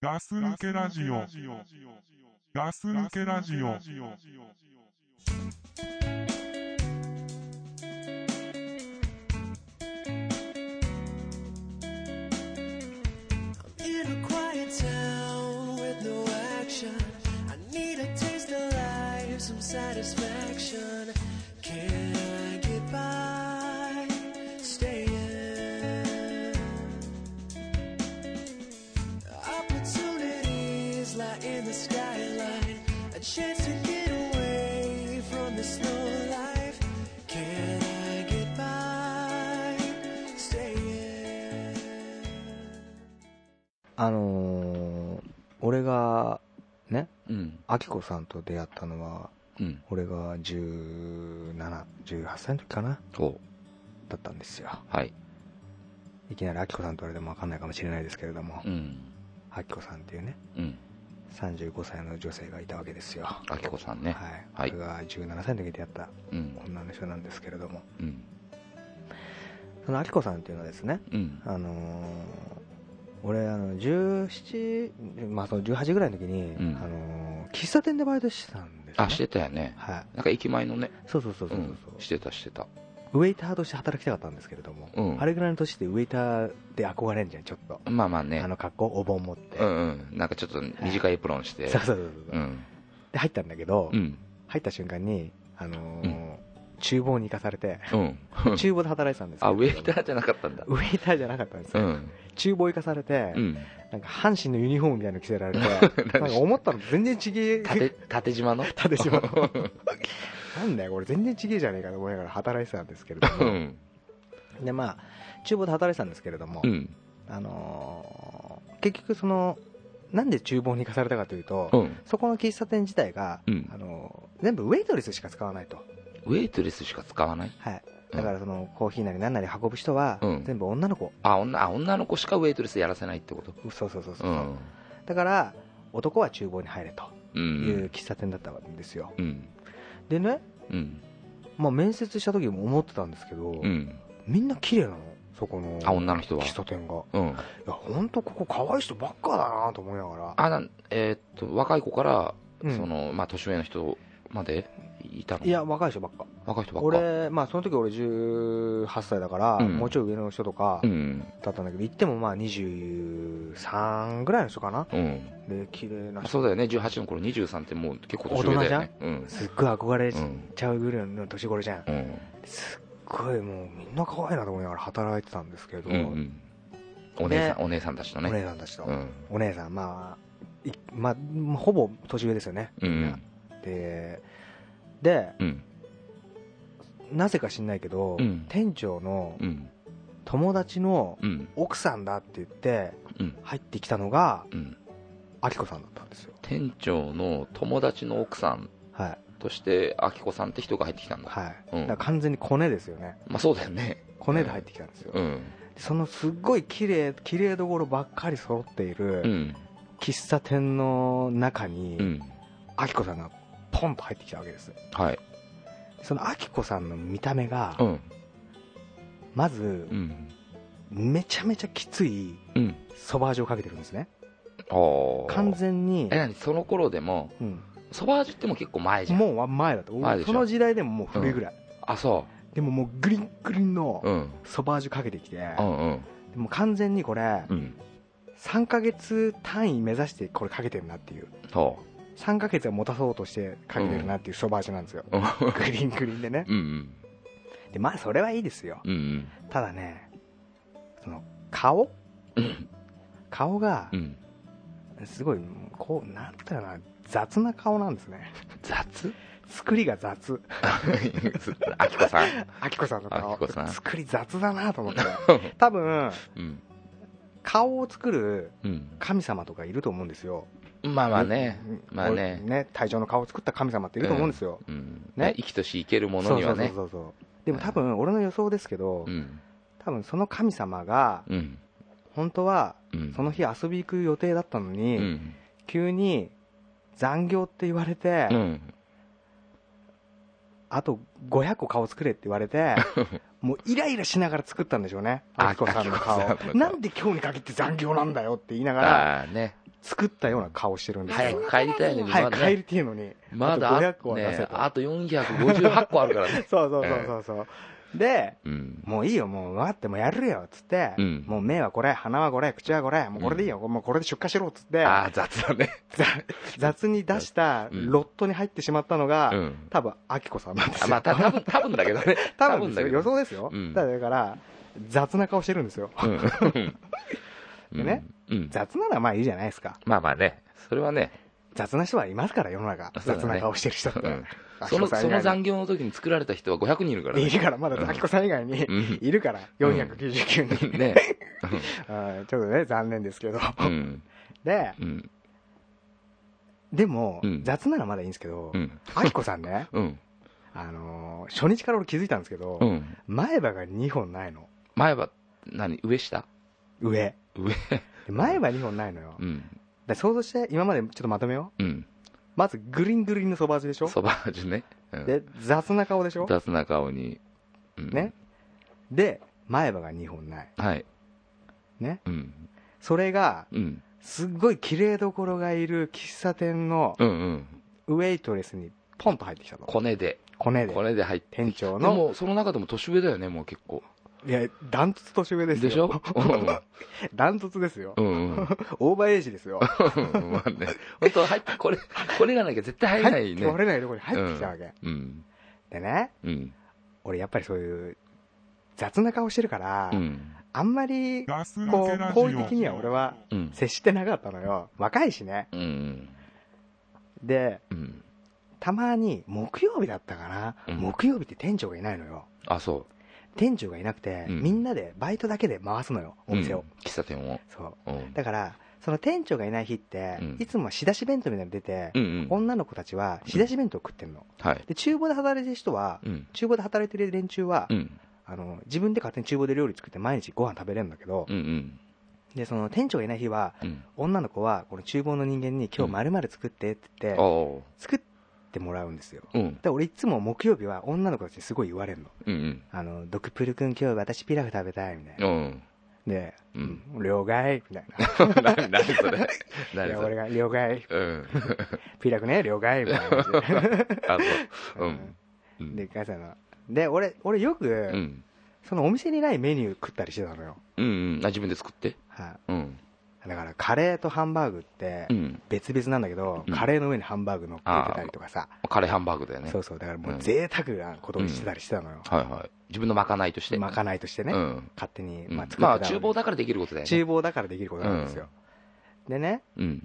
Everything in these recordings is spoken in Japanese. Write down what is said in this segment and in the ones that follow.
ガス抜けラジオ。ガス抜けラジオ。 Some satisfaction. Can I get by staying? Opportunities lie in the skyline. A chance to get away from this slow life. Can I get by staying? 俺がね、 あきこさんと出会ったのは、俺が17、18歳の時かなだったんですよ。 はい。 いきなりあきこさんと言われても分かんないかもしれないですけれども、あきこさんっていうね、35歳の女性がいたわけですよ。 あきこさんね。 はい。俺が17歳の時に出会った女の人なんですけれども、そのあきこさんっていうのはですね、俺17、まあその18ぐらいの時に、喫茶店でバイトしてたんですね。 あ、してたよね。はい。なんか駅前のね。 そう、 してた。 ウェイターとして働きたかったんですけれども、あれぐらいの年でウェイターで憧れんじゃん、ちょっと。 まあまあね。 格好、お盆持って。 なんかちょっと短いエプロンして。 そう。で、入ったんだけど、入った瞬間に、厨房に行かされて、厨房で働いてたんですけど。 あ、ウェイターじゃなかったんだ。 ウェイターじゃなかったんですよ。厨房行かされて、なんか阪神のユニフォームみたいなの着せられて、なんか思ったの全然ちげえ。 縦縞のなんだよこれ全然ちげえじゃねえかと思いながら働いてたんですけれども、でまあ厨房で働いてたんですけれども、結局そのなんで厨房に行かされたかというと、そこの喫茶店自体が、全部ウェイトレスしか使わないと。 ウェイトレスしか使わない。 はい。だからそのコーヒーなり何なり運ぶ人は全部女の子。 女の子しかウェイトレスやらせないってこと。 そう。だから男は厨房に入れという喫茶店だったんですよ。でね、まあ面接した時も思ってたんですけど、みんな綺麗なの、そこの女の人は。 喫茶店が。いや本当ここ可愛い人ばっかだなと思いながら。若い子からそのまあ年上の人までいたの。 いや若い人ばっか。俺まあその時俺18歳だから、もうちょい上の人とかだったんだけど、言ってもまあ23ぐらいの人かな。で綺麗な人。 そうだよね。18の頃23ってもう結構年上だよね。 大人じゃん。すっごい憧れちゃうぐらいの年頃じゃん。すっごいもうみんな可愛いなと思いながら働いてたんですけど、 お姉さんたちとね。 お姉さんまあほぼ年上ですよね。で、なぜか知んないけど、店長の友達の奥さんだって言って入ってきたのがあきこさんだったんですよ。 店長の友達の奥さんとしてあきこさんって人が入ってきたんだ。 はい。だから完全にコネですよね。 まあそうだよね。 コネで入ってきたんですよ。そのすっごい綺麗どころばっかり揃っている喫茶店の中にあきこさんがポンと入ってきたわけです。はい。そのあきこさんの見た目が、まず、めちゃめちゃきついソバージュをかけてるんですね。完全に。 その頃でも、ソバージュってもう結構前じゃん。 もう前だと。その時代でももう古いぐらい。 あ、そう。 でももうグリングリンのソバージュかけてきて、でも完全にこれ、3ヶ月単位目指してこれかけてるなっていう。3ヶ月は持たそうとしてかけてるなっていうソバージュなんですよ。グリングリンでね。でまあそれはいいですよ。ただね、その顔がすごいこうなんていうかな、雑な顔なんですね。 雑？ 作りが雑。 あきこさん？ あきこさんの顔作り雑だなと思って。多分顔を作る神様とかいると思うんですよ。 まあね、 隊長の顔を作った神様っていると思うんですよ。 生きとし生けるものにはね。 でも多分俺の予想ですけど、多分その神様が本当はその日遊び行く予定だったのに、急に残業って言われて、あと500個顔作れって言われて、もうイライラしながら作ったんでしょうね、あきこさんの顔。なんで今日に限って残業なんだよって言いながら作ったような顔してるんですよ。 早く帰りたいのに、 早く帰りたいのに、 まだ 500個は出せね、あと458個あるからね。 そう。で、もういいよ、もう分かって、もうやるよっつって、もう目はこれ、鼻はこれ、口はこれ、もうこれでいいよ、もうこれで出荷しろっつって、 雑だね。 雑に出したロットに入ってしまったのが、多分明子さんなんですよ。 まあ多分だけどね。 多分ですよ、予想ですよ。だから雑な顔してるんですよ。でね、雑なのはまあいいじゃないですか。 まあね、それはね。 雑な人はいますから、世の中。雑な顔してる人って。 その残業の時に作られた人は500人いるからね。 いるから、まだ明子さん以外にいるから、499人。ね。ちょっとね、残念ですけど。で、でも、雑ならまだいいんですけど、明子さんね、初日から俺気づいたんですけど、前歯が2本ないの。 前歯、上下？ 上。前歯2本ないのよ。想像して、今までちょっとまとめよう。まずグリングリンのそば味でしょ。 そば味ね。 で雑な顔でしょ。 雑な顔に。 ね。で前歯が2本ない。 はい。 ね。それがすっごい綺麗どころがいる喫茶店のウェイトレスにポンと入ってきたの。 コネで入って。 店長の。 でもその中でも年上だよね、もう結構。 いや、ダントツ年上ですよ。 でしょ。 ダントツですよ。オーバーエイジですよ。 まあね、本当入ってこれがなきゃ絶対入らないね。 入れないところに入ってきたわけ。でね、俺やっぱりそういう雑な顔してるから、あんまりこう好意的には俺は接してなかったのよ。若いしね。で、たまに木曜日だったかな。木曜日って店長がいないのよ。 あ、そう。 店長がいなくて、みんなでバイトだけで回すのよ、お店を。 喫茶店を。 そう。だからその店長がいない日って、いつもは仕出し弁当みたいなの出て、女の子たちは仕出し弁当食ってんの。で厨房で働いてる人は、厨房で働いてる連中は、自分で勝手に厨房で料理作って毎日ご飯食べれるんだけど、でその店長がいない日は、女の子はこの厨房の人間に今日丸々作ってって言って、作ってもらうんですよ。で俺いつも木曜日は女の子たちにすごい言われるの。ドクプル君今日私ピラフ食べたいみたいな。で、了解みたいな。 何それ。 俺が了解。ピラフね、了解みたいな感じで。で母さんので俺よくそのお店にないメニュー食ったりしてたのよ。 自分で作って。 だからカレーとハンバーグって別々なんだけど、カレーの上にハンバーグ乗っけてたりとかさ。 カレーハンバーグだよね。 そうだからもう贅沢なことをしてたりしてたのよ。 自分のまかないとして。 まかないとしてね、勝手に作ってた。 まあ厨房だからできることだよね。 厨房だからできることなんですよ。でね、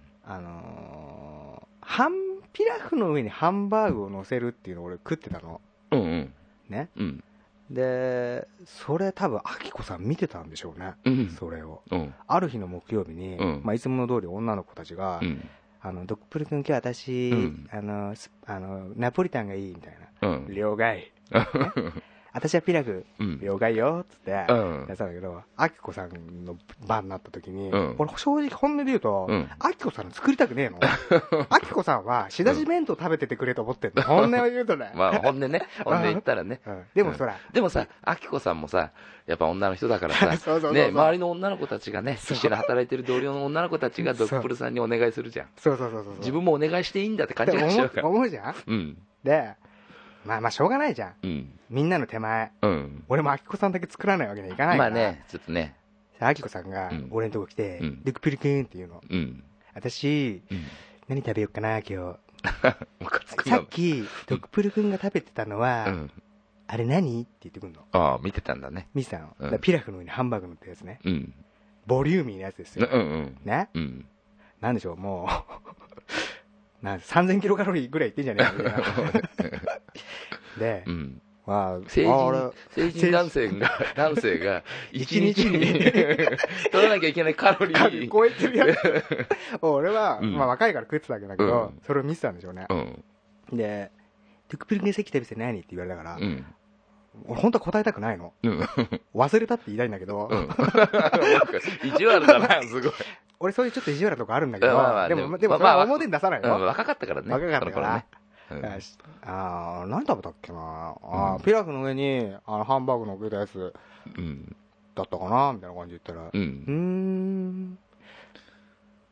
ピラフの上にハンバーグを乗せるっていうのを俺食ってたの。ね。でそれ多分明子さん見てたんでしょうね、それを。ある日の木曜日に、いつもの通り女の子たちがドクプル君今日私ナポリタンがいいみたいな。了解。私はピラフ了解よっつってやってたんだけど、明子さんの番になった時に、俺正直本音で言うと、明子さんの作りたくねえの。明子さんは仕出し弁当食べててくれと思ってんの。本音を言うとね。 まあ本音ね。本音言ったらね。 でもそら。 でもさ、明子さんもさ、やっぱ女の人だからさ、ね、周りの女の子たちがね、一緒に働いてる同僚の女の子たちがドクプルさんにお願いするじゃん。自分もお願いしていいんだって感じがしちゃうから。 思うじゃん。で、まあしょうがないじゃん。みんなの手前。俺も明子さんだけ作らないわけにはいかないから。 まあね、ちょっとね。 明子さんが俺のとこ来て、ドクプル君っていうの。私、何食べようかな今日。さっきドクプル君が食べてたのは、あれ何って言ってくるの。 ああ、見てたんだね。 見てたの。ピラフの上にハンバーグ乗ったやつね。ボリューミーなやつですよ。ね。なんでしょう、もう3000キロカロリーぐらいいってんじゃねえかで、 成人男性が1日に取らなきゃいけないカロリー超えてるやつ。俺は若いから食ってたわけだけど、それを見てたんでしょうね。でドクプル君さっき食べて何って言われたから、俺本当は答えたくないの。忘れたって言いたいんだけど。 意地悪だな、すごい。 俺そういうちょっと意地悪なとこあるんだけど、でもそれは表に出さないの。 若かったからね。 若かったから。何食べたっけな。ピラフの上にハンバーグのっけたやつだったかなみたいな感じで言ったら、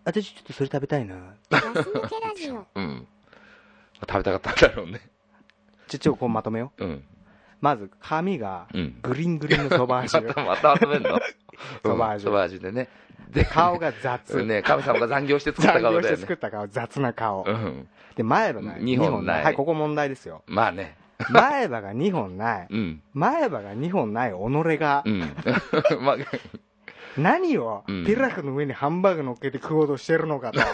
私ちょっとそれ食べたいな。 ガス抜けラジオ。 うん。食べたかったんだろうね。 ちょこうまとめよう。うん。まず髪がグリングリンのそば味。 またまとめんの？ そば味。 そば味でね。 で顔が雑。 ね、神様が残業して作った顔だよね。 残業して作った顔、雑な顔。うん。で前歯が2本ない。はい、ここ問題ですよ。 まあね。 前歯が2本ない。うん。前歯が2本ない己が。うん。まあ。何をピラフの上にハンバーグ乗っけて食おうとしてるのかと。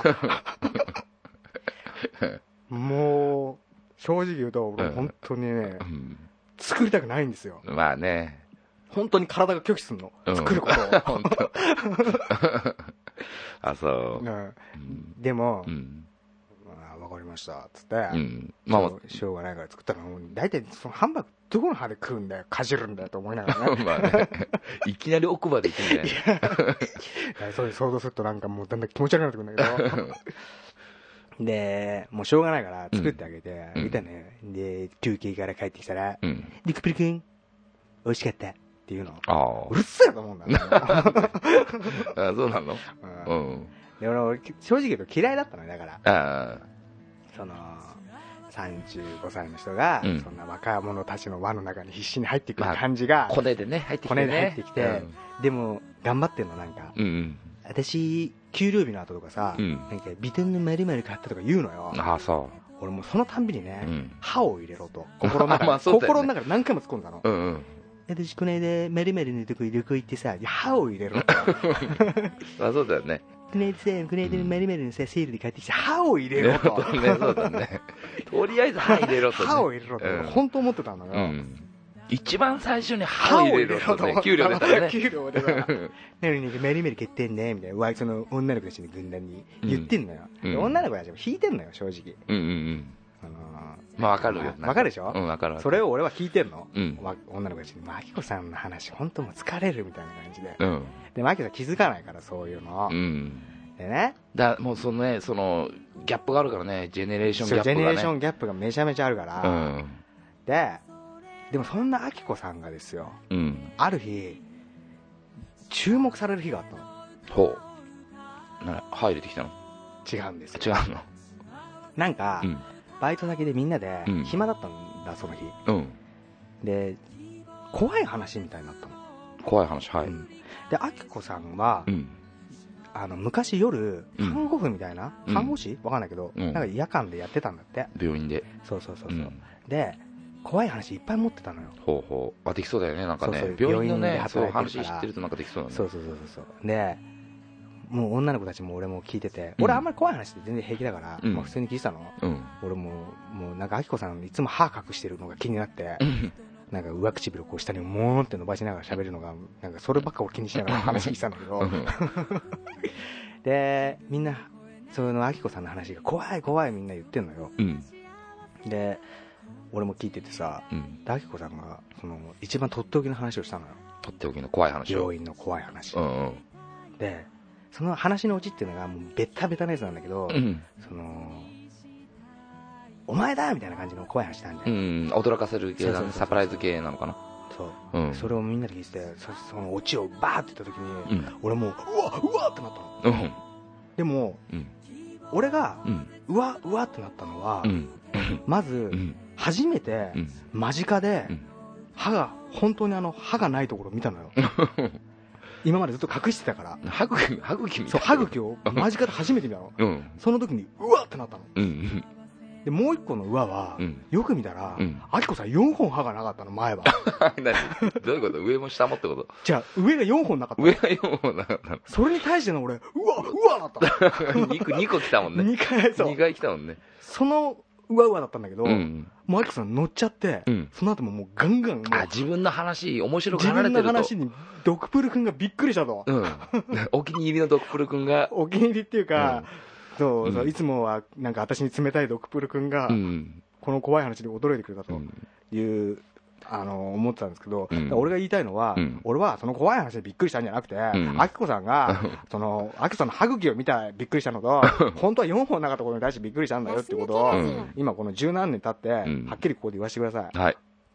もう正直言うと俺本当にね、作りたくないんですよ。 まあね、 本当に体が拒否するの、作ることを。本当。 あ、そう。 でも、わかりましたっつって、まあしょうがないから作ったの。大体そのハンバーグどこの歯で食うんだよ、かじるんだよと思いながらね。まあね、 いきなり奥歯でいくんじゃない。 そういう想像するとなんかもうだんだん気持ち悪くなってくるんだけど。でもうしょうがないから作ってあげてあげたのよ。で休憩から帰ってきたら「リクプリ君美味しかった」っていうの。うるせえと思うんだよ。 そうなの？うん。 で俺正直言うと嫌いだったのよ。だからその35歳の人がそんな若者たちの輪の中に必死に入ってくる感じが、 コネでね入ってきて、 コネで入ってきて、でも頑張ってんの。なんか私給料日の後とかさ、なんかビトンの丸々買ったとか言うのよ。 ああ、そう。 俺もうそのたんびにね、歯を入れろと心の中で何回も突っ込んだの。私この間丸々のとこ旅行行ってさ、歯を入れろと。 あ、そうだよね。 この間の丸々のさセールで買ってきて歯を入れろと。 そうだね。とりあえず歯入れろと。 歯を入れろと本当思ってたんだよ。 一番最初に歯を入れろとね、給料出たらね。 給料出たら。なのにメリメリ決定ねみたいな、その女の子たちの軍団に言ってんのよ。女の子たちも引いてんのよ正直。 まあわかるよ。 わかるでしょ？ わかる。 それを俺は聞いてんの。女の子たちにマキコさんの話本当もう疲れるみたいな感じで。でマキコさん気づかないからそういうの。でね。 もうそのね、そのギャップがあるからね、ジェネレーションギャップがね。 ジェネレーションギャップがめちゃめちゃあるから。でもそんなアキコさんがですよ、ある日注目される日があったの。 ほう。歯入れてきたの？ 違うんですよ。 違うの？ なんかバイト先でみんなで暇だったんだその日。で怖い話みたいになったの。 怖い話。はい。 でアキコさんは昔夜看護婦みたいな、看護師わかんないけど、なんか夜間でやってたんだって。 病院で。 そう。で怖い話いっぱい持ってたのよ。 ほうほう。できそうだよね、なんかね。病院のね、そう話知ってるとなんかできそうだね。 そう。でもう女の子たちも俺も聞いてて、俺あんまり怖い話って全然平気だから、普通に聞いてたの。俺もうなんかアキコさんいつも歯隠してるのが気になって、なんか上唇をこう下にモーンって伸ばしながら喋るのがなんかそればっか俺気にしながら話聞いてたんだけど。でみんなそのアキコさんの話が怖いみんな言ってんのよ。で俺も聞いててさ、アキコさんがその一番とっておきの話をしたのよ。 とっておきの怖い話を。 病院の怖い話。でその話のオチっていうのがもうベタベタなやつなんだけど、そのお前だみたいな感じの怖い話なんじゃん。 驚かせる系だね。サプライズ系なのかな。 そう、それをみんなで聞いてて、そのオチをバーって言った時に、俺もううわってなったの。でも、俺がうわってなったのは、まず初めて間近で本当に歯がないところを見たのよ。今までずっと隠してたから。 歯茎みたいな。 そう、歯茎を間近で初めて見たの。その時にうわってなったの。でもう一個の上は、よく見たら、アキコさん4本歯がなかったの、前は。 どういうこと？上も下もってこと？ じゃあ上が4本なかった。 上が4本なかったの。 それに対しての俺、うわだったの。 2個来たもんね。2回来たもんね。 そのうわだったんだけど、もうアキコさん乗っちゃって、その後もうガンガン自分の話面白く離れてると、自分の話にドクプル君がびっくりしたと。 お気に入りのドクプル君が、 お気に入りっていうか、そういつもはなんか私に冷たいドクプル君がこの怖い話で驚いてくれたという思ってたんですけど、俺が言いたいのは、俺はその怖い話でびっくりしたんじゃなくて、アキコさんがアキコさんの歯茎を見たらびっくりしたのと、本当は4本なかったことに対してびっくりしたんだよってことを、今この十何年経ってはっきりここで言わせてください。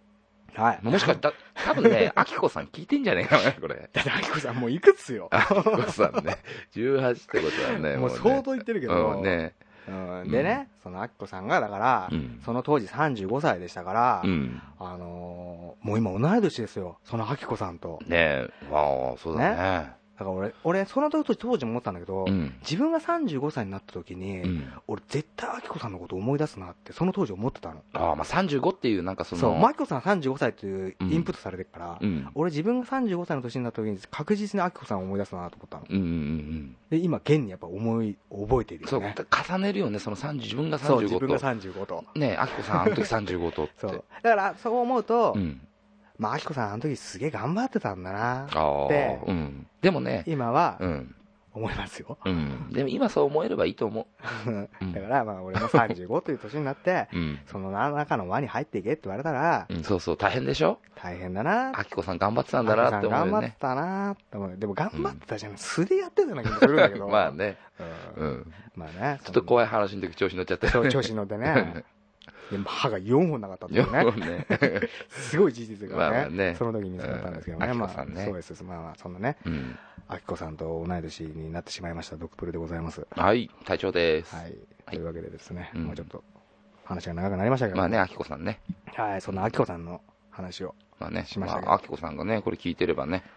はい、 もしかしたら多分ねあきこさん聞いてんじゃねえかなこれ。 だってあきこさんもういくつよ。 あきこさんね18ってことはねもう相当言ってるけど、 ね、 でね、そのあきこさんがだから、その当時35歳でしたから、もう今同い年ですよ、そのあきこさんと。 ねえ、わあ、そうだね。 だから俺その当時思ったんだけど、自分が35歳になった時に、俺絶対あきこさんのこと思い出すなってその当時思ってたの。 ああ、まあ35っていうなんかその、 そう、あきこさん35歳っていうインプットされてるから、俺自分が35歳の年になった時に確実にあきこさんを思い出すなと思ったの。で今現にやっぱ覚えてるよね。 そう重ねるよね、その自分が35と。 そう、自分が35とね、あきこさんあの時35とってそうだからそう思うと、まあ、あきこさんあの時すげえ頑張ってたんだなって、 でもね今は思いますよ、 でも今そう思えればいいと思うだからまあ俺も35という年になって、その中の輪に入っていけって言われたら、 そうそう大変でしょ、 大変だな、 あきこさん頑張ってたんだなって思うよね。 頑張ってたなって思う。でも頑張ってたじゃん、素でやってたような気もするんだけどまあね、 まあね、 ちょっと怖い話の時調子乗っちゃってそう調子乗ってねでも歯が4本なかったっていうねすごい事実がね、その時に見つかったんですけどね、まあそうです、まあそんなね、あきこさんと同い年になってしまいましたドクプルでございます。 はい、隊長です。 はい、というわけでですね、もうちょっと話が長くなりましたけど、 まあね、あきこさんね、 はい、そんなあきこさんの話をしましたけど、 あきこさんがねこれ聞いてればね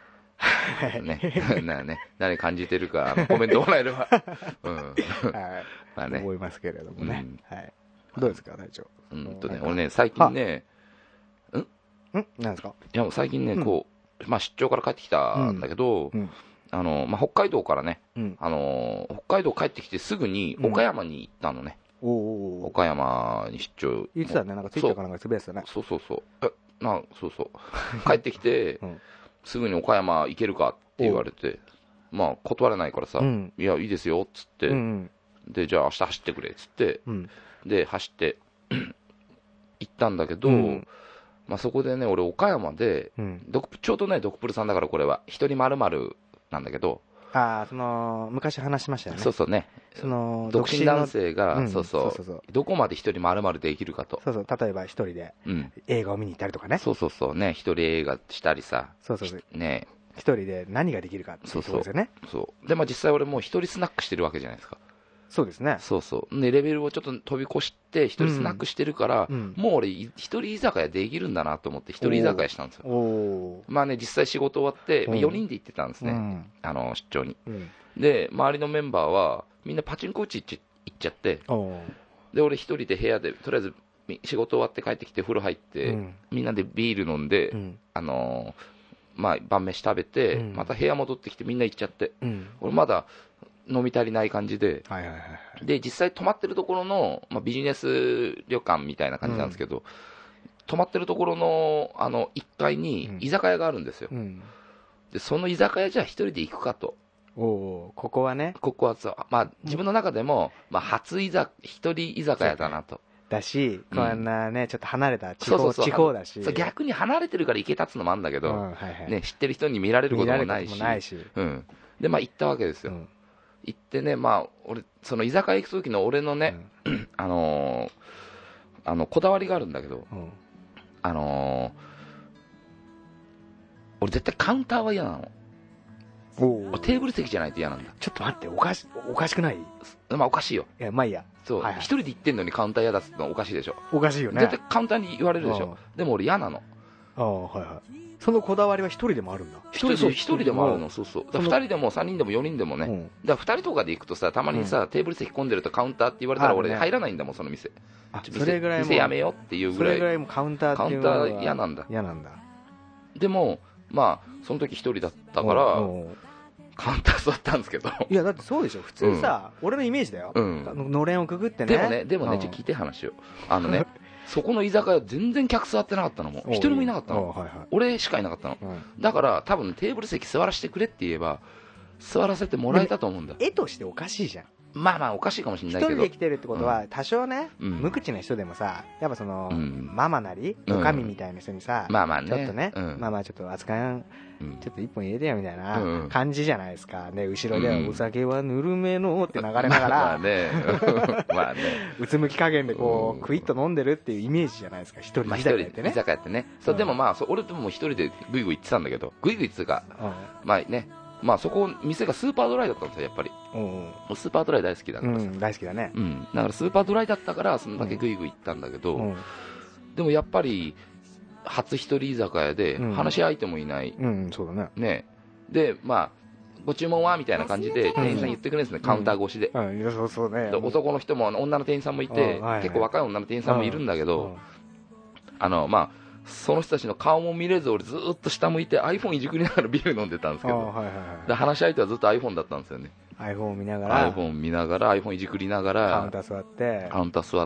何感じてるかコメントもらえればまあね思いますけれどもね、どうですか隊長。 俺ね最近ね、 なんですか。 いや最近ねこうまあ出張から帰ってきたんだけど、まあ北海道からね、北海道帰ってきてすぐに岡山に行ったのね。岡山に出張。 言ってたね、なんかツイッターかなんかつぶやいてたね。 そう帰ってきてすぐに岡山行けるかって言われて、まあ断れないからさ、いやいいですよっつって、でじゃあ明日走ってくれっつって、で走って行ったんだけど、まあそこでね俺岡山で、ちょうどねドクプルさんだからこれは一人丸々なんだけど、 その昔話しましたよね。 そうね、 その独身男性がどこまで一人丸々できるかと。 例えば一人で映画を見に行ったりとかね。 そうね、一人映画したりさ、ね、 一人で何ができるかっていうところですよね。 でまあ実際俺もう一人スナックしてるわけじゃないですか。 そうですね。 でレベルをちょっと飛び越して一人スナックしてるから、もう俺一人居酒屋できるんだなと思って一人居酒屋したんですよ。まあね実際仕事終わって4人で行ってたんですね、出張に。で周りのメンバーはみんなパチンコ打ち行っちゃって、で俺一人で部屋でとりあえず仕事終わって帰ってきて風呂入って、みんなでビール飲んで、まあ晩飯食べて、また部屋戻ってきてみんな行っちゃって、俺まだ飲み足りない感じで、で実際泊まってるところの、まあ、ビジネス旅館みたいな感じなんですけど、泊まってるところの1階に居酒屋があるんですよ、でその居酒屋じゃあ一人で行くかと。 ここはそう、まあ、自分の中でも、まあ、一人居酒屋だなと。 だし、こんなねちょっと離れた地方だし、 逆に離れてるから行けたっつのもあるんだけど、知ってる人に見られることもないし、でまあ行ったわけですよ。行ってね、まあ俺その居酒屋行く時の俺のね、こだわりがあるんだけど、俺絶対カウンターは嫌なの。俺テーブル席じゃないと嫌なんだ。 ちょっと待って、おかしくない？ まあおかしいよ。 いやまあいいや。 一人で行ってんのにカウンター嫌だっつってのおかしいでしょ。 おかしいよね。 絶対カウンターに言われるでしょ。でも俺嫌なの。 そのこだわりは一人でもあるんだ。 一人でもあるの。2人でも3人でも4人でもね、だから2人とかで行くとさ、たまにさ、テーブル席混んでるとカウンターって言われたら俺入らないんだもん、その店。 それぐらい店やめようっていうぐらい。 それぐらいもカウンターっていうのは嫌なんだ。でもまあその時一人だったからカウンター座ったんですけど、 いやだってそうでしょ普通さ、俺のイメージだよ、のれんをくぐってね。 でもねちょっと聞いて話を、そこの居酒屋全然客座ってなかったの。も一人もいなかったの、俺しかいなかったの、だから多分テーブル席座らせてくれって言えば座らせてもらえたと思うんだ。 絵としておかしいじゃん。 まあまあおかしいかもしれないけど、 一人で来てるってことは多少ね、無口な人でもさ、やっぱその、ママなりおかみみたいな人にさ、 まあまあね、 ちょっとね、まあまあちょっと扱いちょっと一本入れてよみたいな感じじゃないですか。で後ろではお酒はぬるめのって流れながら、 まあね、まあね、 うつむき加減でこうクイッと飲んでるっていうイメージじゃないですか。一人居酒屋ってね。 居酒屋ってね。そうでもまあ俺でも一人でグイグイ行ってたんだけど、グイグイっつうか、まあね。まあそこ店がスーパードライだったんですよやっぱり。スーパードライ大好きだからさ、 大好きだね。 だからスーパードライだったからそんだけグイグイ行ったんだけど、でもやっぱり初一人居酒屋で話し相手もいない。 そうだね。 ねでまあご注文はみたいな感じで店員さん言ってくれるんですね、カウンター越しで。 そうね。 男の人も女の店員さんもいて、結構若い女の店員さんもいるんだけど、まあその人たちの顔も見れず俺ずっと下向いて iPhone いじくりながらビール飲んでたんですけど、で話し相手はずっと iPhone だったんですよね。 iPhone を見ながら iPhone いじくりながらカウンター座って、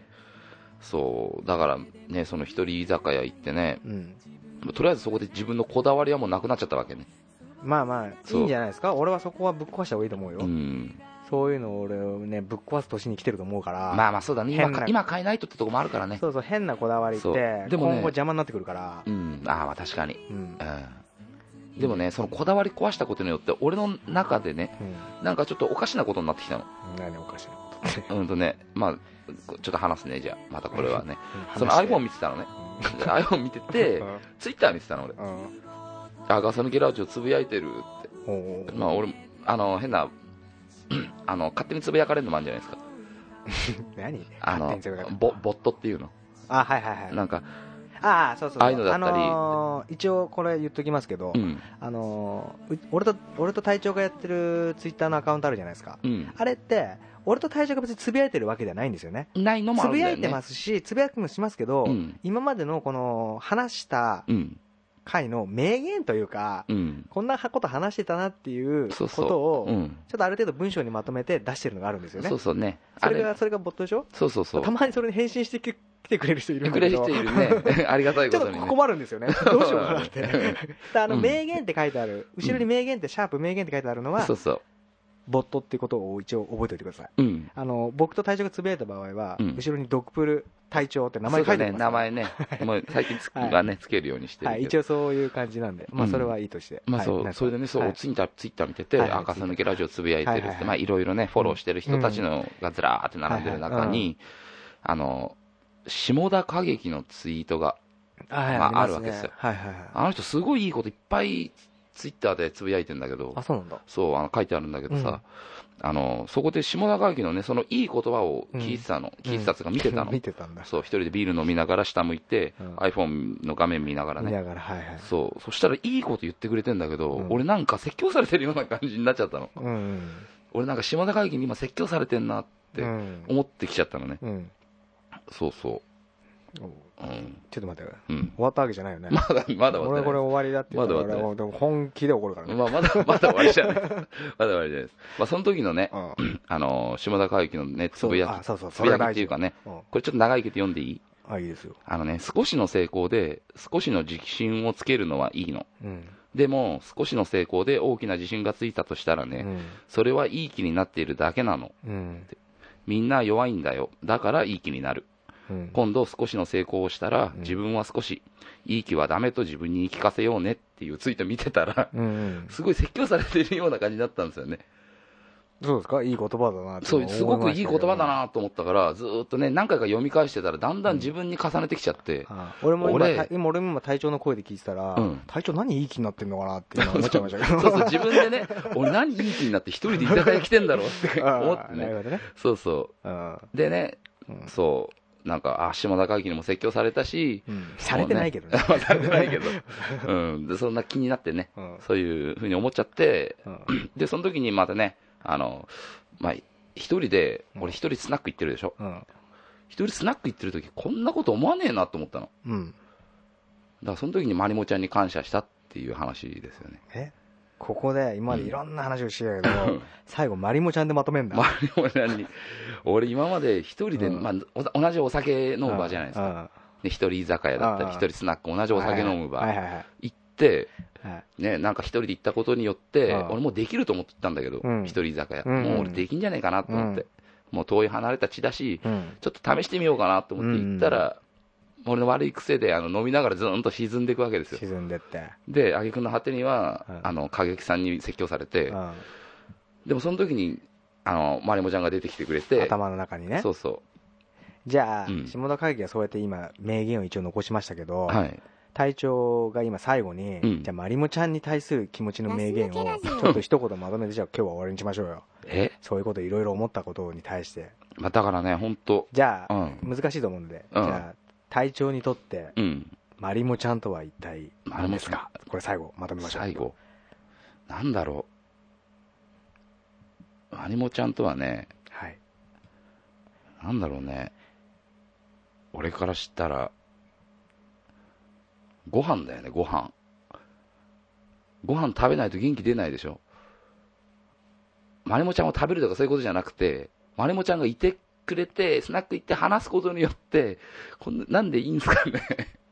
そうだからね、その一人居酒屋行ってね、とりあえずそこで自分のこだわりはもうなくなっちゃったわけね。 まあまあいいんじゃないですか。俺はそこはぶっ壊した方がいいと思うよ。そういうのを俺ねぶっ壊す年に来てると思うから。 まあまあそうだね、今買えないとってとこもあるからね。 そう変なこだわりって今後邪魔になってくるから。 まあ確かに。でもね、そのこだわり壊したことによって俺の中でね、なんかちょっとおかしなことになってきたの。 何おかしなことって。 ね、まあちょっと話すね。じゃあまたこれはねその iPhone 見てたのね。iPhone 見ててTwitter 見てたの俺。ガサ抜けラジオつぶやいてるって。まあ俺変な勝手につぶやかれるのもあるんじゃないですか。 何ボットっていうの。 はいはいはい。 なんかそうああいうのだったり、一応これ言っときますけど、俺と隊長がやってるツイッターのアカウントあるじゃないですか。あれって俺と隊長が別につぶやいてるわけではないんですよね。 ないのもあるんだよね。 つぶやいてますし、つぶやきもしますけど、今までのこの話した回の名言というか、こんなこと話してたなっていうことをちょっとある程度文章にまとめて出してるのがあるんですよね。それがボットでしょ。たまにそれに返信してきてくれる人いるんだけど、ありがたいことにちょっと困るんですよね。どうしようかなって。名言って書いてある、後ろに名言ってシャープ名言って書いてあるのはボットっていうことを一応覚えておいてください。僕と隊長がつぶやいた場合は後ろにドクプル隊長って名前書いてます。名前ね、もう最近つけるようにしてる。一応そういう感じなんで、それはいいとして。それでね、ツイッター見てて、赤さ抜けラジオつぶやいてるって、いろいろねフォローしてる人たちのがずらーって並んでる中に、下田景樹のツイートがあるわけですよ。あの人すごいいいこといっぱいツイッターでつぶやいてんだけど、そう書いてあるんだけどさ、そこで下田景樹のねそのいい言葉を聞いてたの、聞いてたっていうか見てたの。見てたんだ。そう一人でビール飲みながら下向いて iPhone の画面見ながらね。そしたらいいこと言ってくれてんだけど、俺なんか説教されてるような感じになっちゃったの。俺なんか下田景樹に今説教されてんなって思ってきちゃったのね。そうちょっと待って、終わったわけじゃないよね。まだ俺これ終わりだって言ったら俺本気で怒るからね。まだ終わりじゃない。まだ終わりじゃないです。その時のね、下田景樹のねつぶやきっていうかね、これちょっと長いけど読んでいい？いいですよ。少しの成功で少しの自信をつけるのはいいの。でも少しの成功で大きな自信がついたとしたらね、それはいい気になっているだけなの。みんな弱いんだよ。だからいい気になる。今度少しの成功をしたら、自分は少しいい気はダメと自分に言い聞かせようねっていうツイート見てたら、すごい説教されているような感じだったんですよね。そうですか、いい言葉だなって。そうすごくいい言葉だなと思ったから、ずっとね何回か読み返してたらだんだん自分に重ねてきちゃって、俺も今隊長の声で聞いてたら、隊長何いい気になってんのかなって思っちゃいましたけど、そう自分でね俺何いい気になって一人で居酒屋来てんだろうって思ってね。でね、そうなんか下田景樹にも説教されたし、されてないけどね。されてないけど、でそんな気になってね、そういうふうに思っちゃって、でその時にまたね一人で俺一人スナック行ってるでしょ。一人スナック行ってる時こんなこと思わねえなと思ったの。だからその時にまりもちゃんに感謝したっていう話ですよね。ここで今までいろんな話をしてたけど、最後まりもちゃんでまとめんだ。まりもちゃんに俺今まで一人で、同じお酒飲む場じゃないですか。一人居酒屋だったり一人スナック同じお酒飲む場一 、ね、なんか一人で行ったことによって、俺もうできると思ってたんだけど、一人居酒屋、もう俺できんじゃねえかなと思って、もう遠い離れた地だし、ちょっと試してみようかなと思って行ったら、俺の悪い癖で飲みながらずーんと沈んでいくわけですよ。 沈んでって。 で、挙句の果てには、歌劇さんに説教されて、でもその時に、まりもちゃんが出てきてくれて、 頭の中にね。 そうそう。 じゃあ、下田歌劇はそうやって今、名言を一応残しましたけど、隊長が今最後に、じゃあまりもちゃんに対する気持ちの名言を、ちょっと一言まとめて、じゃあ今日は終わりにしましょうよ。そういうこといろいろ思ったことに対して。 まあだからね、本当。 じゃあ、難しいと思うんで、じゃあ、隊長にとって、まりもちゃんとは一体何ですか？これ最後まとめましょう。 最後なんだろう、まりもちゃんとはね、なんだろうね、俺からしたらご飯だよね。ご飯食べないと元気出ないでしょ。まりもちゃんを食べるとかそういうことじゃなくて、まりもちゃんがいてくれて、スナック行って話すことによって、なんでいいんですかね。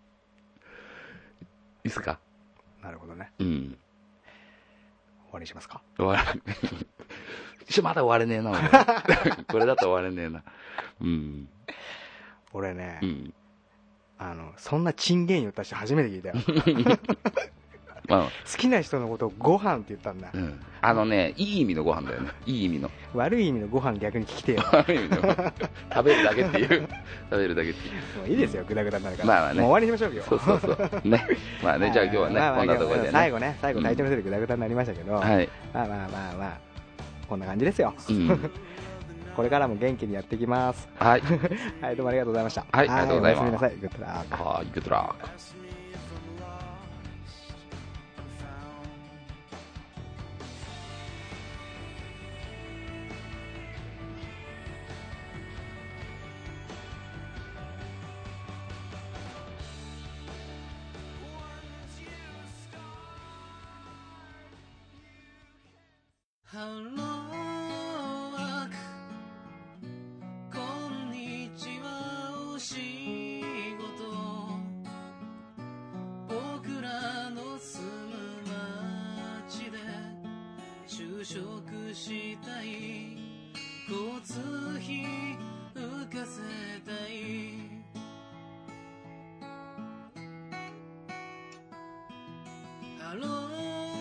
いいっすか。 なるほどね。 終わりにしますか。 終わらねえ。まだ終われねえな、これだと終われねえな。 俺ね、そんなチンゲン言った人初めて聞いたよ。好きな人のことをご飯って言ったんだ。 いい意味のご飯だよね。いい意味の。 悪い意味のご飯逆に聞きてよ。 悪い意味の食べるだけっていう。食べるだけっていう。 もういいですよ、グダグダになるから。 まあね。 もう終わりにしましょうよ。 そう。ね。まあね、じゃあ今日はね、こんなところでね。 最後隊長のせいでグダグダになりましたけど、まあ、こんな感じですよ。これからも元気にやっていきます。はい。はい、どうもありがとうございました。 はい、ありがとうございます。 おやすみなさい。グッドラック。 はい、グッドラック。 ハローこんにちはお仕事僕らの住む街で就職したい交通費浮かせたいハロー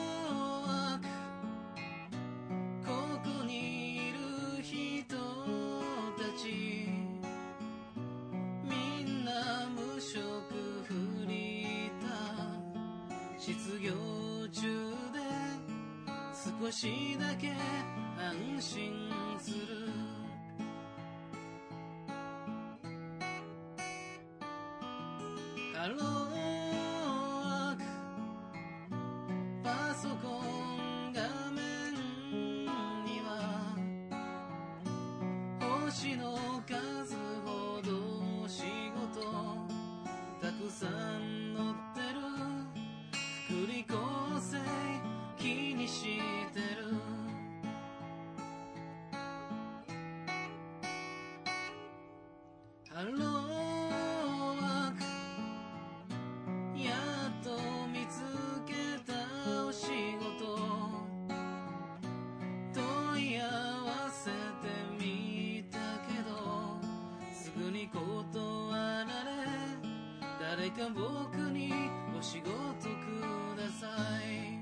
失業中で少しだけ安心するハローパソコン画面には星の数ほど仕事たくさん載ってる福利厚生気にしてるハローワークやっと見つけたお仕事問い合わせてみたけどすぐに断られ誰か僕にお仕事ください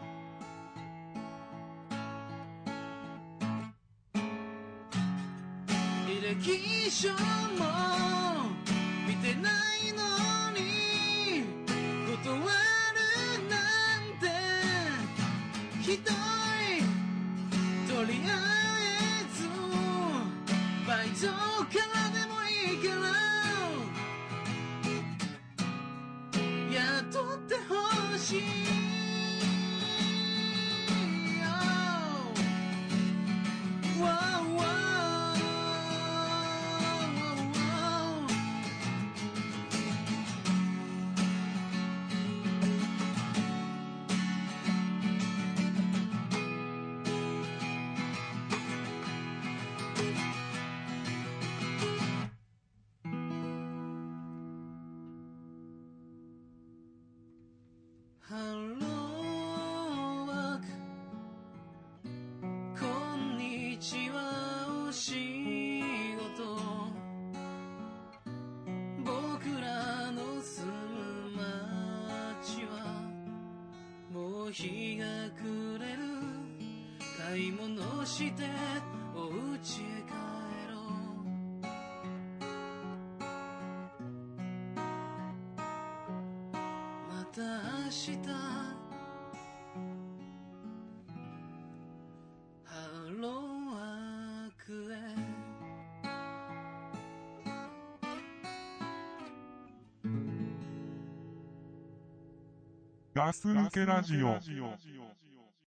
履歴書も見てないのに断るなんてひどいとりあえずバイトからでもいいから雇ってほしいしてお家へ帰ろう。また明日ハローワークへ。 ガス抜けラジオ。